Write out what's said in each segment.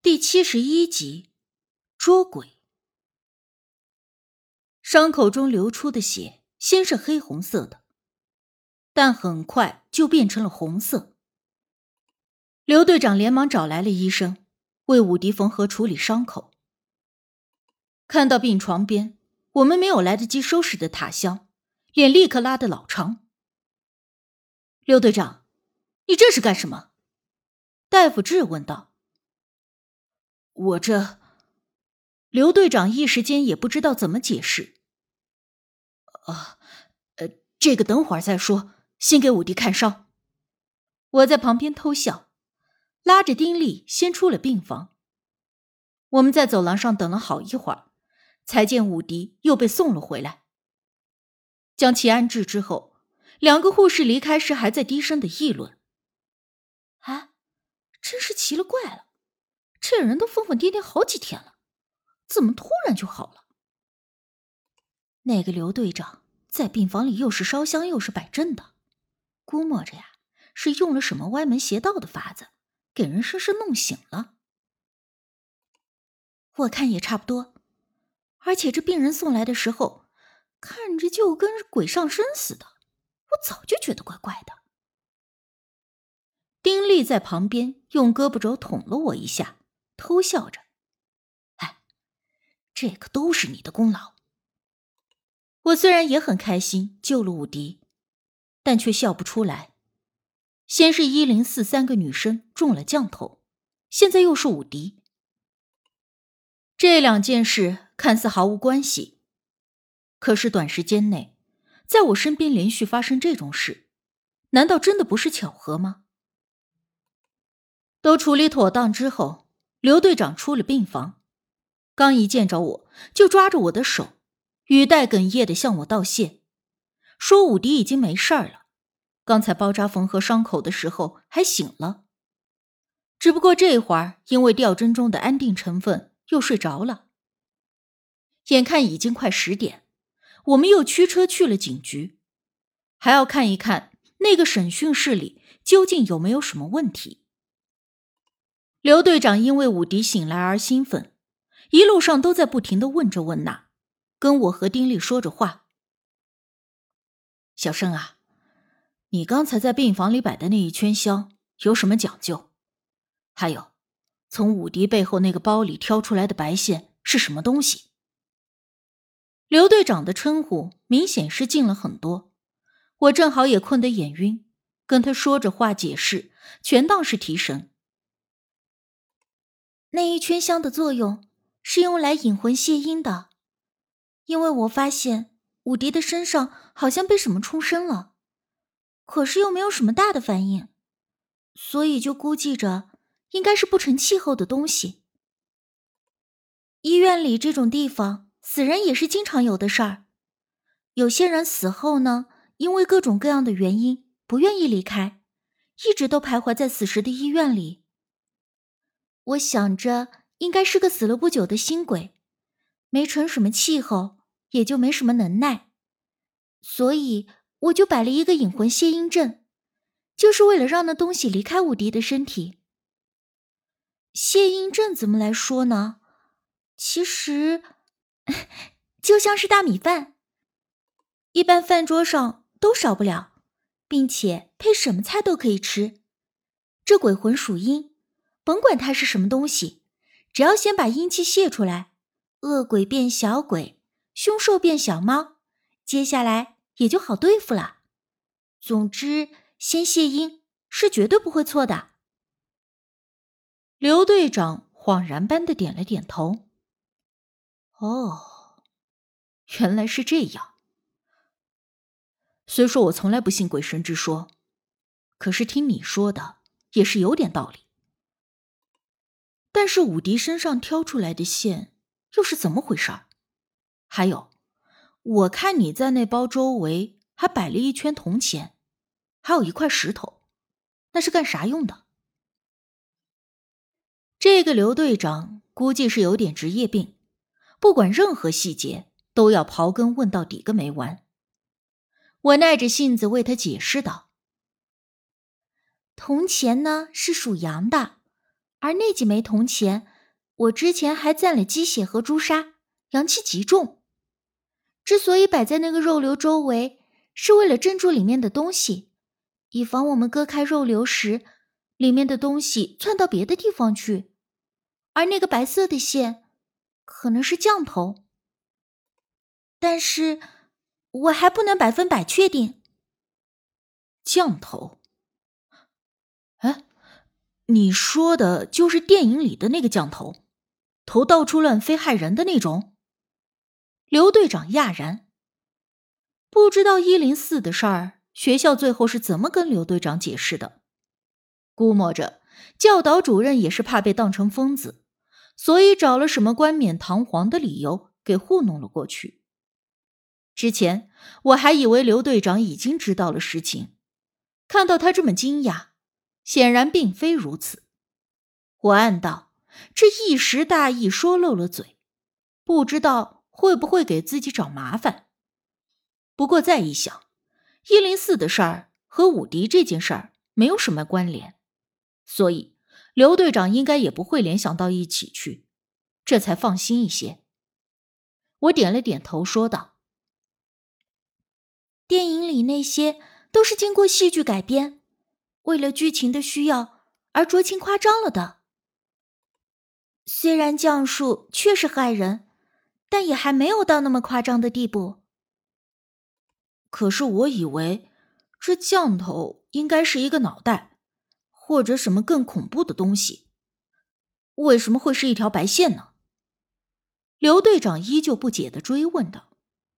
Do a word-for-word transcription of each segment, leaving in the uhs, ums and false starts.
第七十一集，捉鬼。伤口中流出的血先是黑红色的，但很快就变成了红色。刘队长连忙找来了医生，为武迪缝合处理伤口。看到病床边我们没有来得及收拾的塔香，脸立刻拉得老长。刘队长，你这是干什么？大夫质问道。我这……刘队长一时间也不知道怎么解释。啊，呃，这个等会儿再说，先给武迪看伤。我在旁边偷笑，拉着丁力先出了病房。我们在走廊上等了好一会儿，才见武迪又被送了回来。将其安置之后，两个护士离开时还在低声的议论：啊，真是奇了怪了，这人都疯疯癫癫好几天了，怎么突然就好了？那个刘队长在病房里又是烧香又是摆阵的，估摸着呀，是用了什么歪门邪道的法子，给人生生弄醒了。我看也差不多，而且这病人送来的时候，看着就跟鬼上身似的，我早就觉得怪怪的。丁力在旁边用胳膊肘捅了我一下，偷笑着：哎，这个都是你的功劳。我虽然也很开心救了武迪，但却笑不出来。先是一零四三个女生中了降头，现在又是武迪。这两件事看似毫无关系，可是短时间内，在我身边连续发生这种事，难道真的不是巧合吗？都处理妥当之后，刘队长出了病房，刚一见着我，就抓着我的手，语带哽咽地向我道谢，说武迪已经没事儿了，刚才包扎缝合伤口的时候还醒了，只不过这会儿因为吊针中的安定成分又睡着了。眼看已经快十点，我们又驱车去了警局，还要看一看那个审讯室里究竟有没有什么问题。刘队长因为武迪醒来而兴奋，一路上都在不停地问这问那，跟我和丁力说着话。小生啊，你刚才在病房里摆的那一圈香有什么讲究？还有，从武迪背后那个包里挑出来的白线是什么东西？刘队长的称呼明显是近了很多，我正好也困得眼晕，跟他说着话解释，全当是提神。那一圈香的作用是用来引魂泄阴的，因为我发现武迪的身上好像被什么冲身了，可是又没有什么大的反应，所以就估计着应该是不成气候的东西。医院里这种地方，死人也是经常有的事儿。有些人死后呢，因为各种各样的原因不愿意离开，一直都徘徊在死时的医院里。我想着应该是个死了不久的新鬼，没成什么气候，也就没什么能耐，所以我就摆了一个引魂泄阴阵，就是为了让那东西离开武迪的身体。泄阴阵怎么来说呢？其实就像是大米饭，一般饭桌上都少不了，并且配什么菜都可以吃。这鬼魂属阴，甭管它是什么东西，只要先把阴气泄出来，恶鬼变小鬼，凶兽变小猫，接下来也就好对付了。总之，先泄阴是绝对不会错的。刘队长恍然般的点了点头。哦，原来是这样。虽说我从来不信鬼神之说，可是听你说的也是有点道理。但是武迪身上挑出来的线又是怎么回事儿？还有，我看你在那包周围还摆了一圈铜钱，还有一块石头，那是干啥用的？这个刘队长估计是有点职业病，不管任何细节都要刨根问到底个没完。我耐着性子为他解释道：铜钱呢是属阳的，而那几枚铜钱我之前还蘸了鸡血和朱砂，阳气极重。之所以摆在那个肉瘤周围，是为了镇住里面的东西，以防我们割开肉瘤时，里面的东西窜到别的地方去。而那个白色的线，可能是降头。但是我还不能百分百确定。 降头？哎，你说的就是电影里的那个降头，头到处乱飞害人的那种？刘队长讶然，不知道一零四的事儿，学校最后是怎么跟刘队长解释的？估摸着教导主任也是怕被当成疯子，所以找了什么冠冕堂皇的理由给糊弄了过去。之前我还以为刘队长已经知道了实情，看到他这么惊讶，显然并非如此。我暗道，这一时大意说漏了嘴，不知道会不会给自己找麻烦。不过再一想，一零四的事儿和武迪这件事儿没有什么关联，所以刘队长应该也不会联想到一起去，这才放心一些。我点了点头说道， 电影里那些都是经过戏剧改编，为了剧情的需要而酌情夸张了的。虽然降术确实害人，但也还没有到那么夸张的地步。 可是我以为这降头应该是一个脑袋，或者什么更恐怖的东西，为什么会是一条白线呢？刘队长依旧不解地追问道。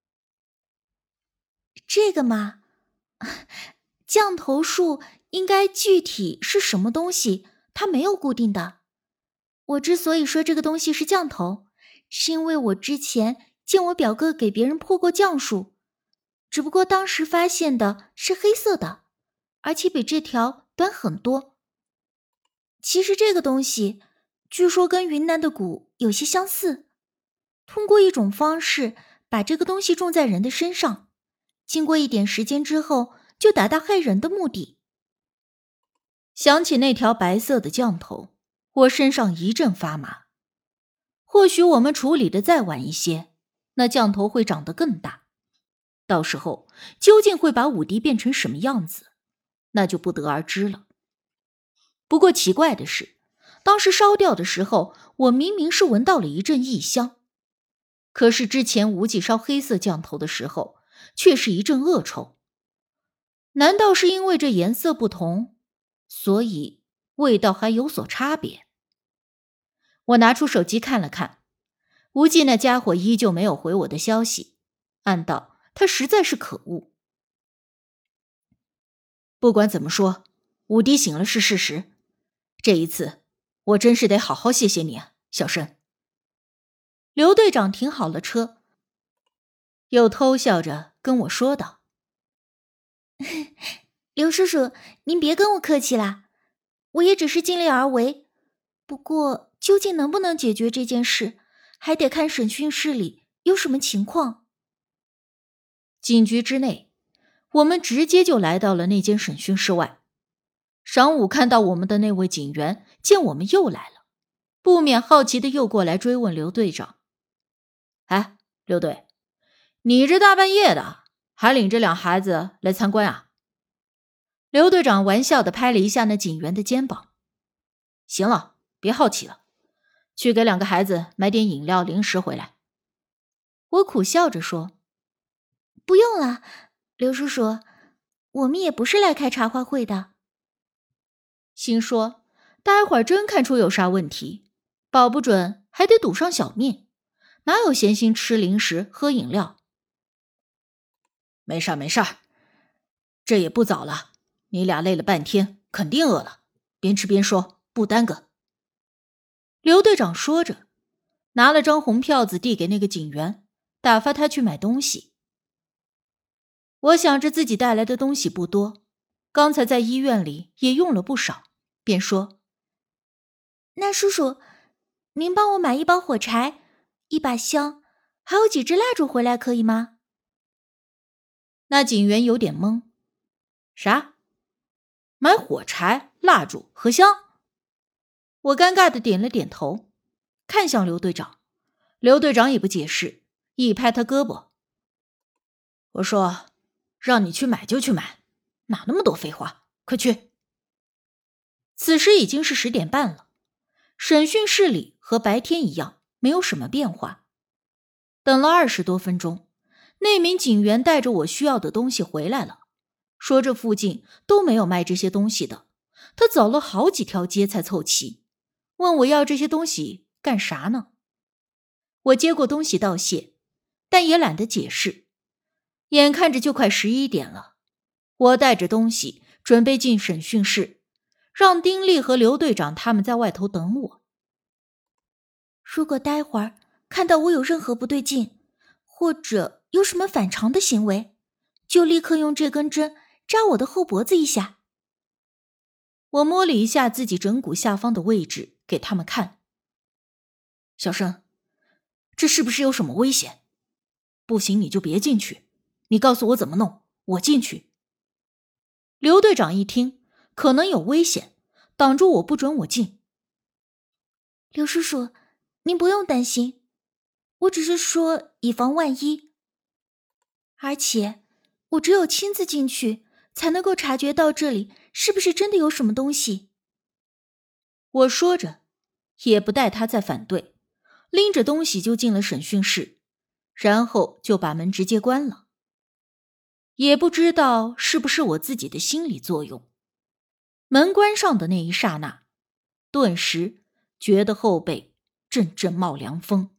这个嘛，降头术应该具体是什么东西，它没有固定的。我之所以说这个东西是降头，是因为我之前见我表哥给别人破过降术，只不过当时发现的是黑色的，而且比这条短很多。其实这个东西据说跟云南的蛊有些相似，通过一种方式把这个东西种在人的身上，经过一点时间之后就达到害人的目的。 想起那条白色的降头，我身上一阵发麻。或许我们处理的再晚一些，那降头会长得更大，到时候究竟会把武迪变成什么样子，那就不得而知了。不过奇怪的是，当时烧掉的时候，我明明是闻到了一阵异香，可是之前无忌烧黑色降头的时候，却是一阵恶臭。难道是因为这颜色不同，所以味道还有所差别？我拿出手机看了看，无忌那家伙依旧没有回我的消息，暗道他实在是可恶。不管怎么说，武迪醒了是事实，这一次我真是得好好谢谢你啊，小申。刘队长停好了车，又偷笑着跟我说道， 刘叔叔，您别跟我客气啦，我也只是尽力而为，不过究竟能不能解决这件事，还得看审讯室里有什么情况。 警局之内，我们直接就来到了那间审讯室外。晌午看到我们的那位警员见我们又来了，不免好奇的又过来追问刘队长，哎，刘队，你这大半夜的还领着两孩子来参观啊？刘队长玩笑的拍了一下那警员的肩膀，行了，别好奇了，去给两个孩子买点饮料零食回来。 我苦笑着说，不用了，刘叔叔，我们也不是来开茶话会的。 心说待会儿真看出有啥问题，保不准还得赌上小命，哪有闲心吃零食喝饮料？没事没事，这也不早了，你俩累了半天，肯定饿了，边吃边说，不耽搁。刘队长说着，拿了张红票子递给那个警员，打发他去买东西。我想着自己带来的东西不多，刚才在医院里也用了不少，便说， 那叔叔，您帮我买一包火柴，一把香，还有几支蜡烛回来可以吗？ 那警员有点懵，啥？买火柴、蜡烛和香？我尴尬的点了点头。 看向刘队长。刘队长也不解释，一拍他胳膊：“我说，让你去买就去买，哪那么多废话，快去。”此时已经是十点半了，审讯室里和白天一样，没有什么变化。等了二十多分钟，那名警员带着我需要的东西回来了，说这附近都没有卖这些东西的，他走了好几条街才凑齐，问我要这些东西干啥呢？我接过东西道谢，但也懒得解释。眼看着就快十一点了，我带着东西准备进审讯室，让丁力和刘队长他们在外头等我。 如果待会儿看到我有任何不对劲，或者有什么反常的行为，就立刻用这根针扎我的后脖子一下。 我摸了一下自己枕骨下方的位置给他们看。小申，这是不是有什么危险？不行你就别进去，你告诉我怎么弄，我进去。刘队长一听可能有危险，挡住我不准我进。 刘叔叔，您不用担心，我只是说以防万一。而且我只有亲自进去才能够察觉到这里是不是真的有什么东西。 我说着也不待他再反对，拎着东西就进了审讯室，然后就把门直接关了。也不知道是不是我自己的心理作用，门关上的那一刹那，顿时觉得后背阵阵冒凉风。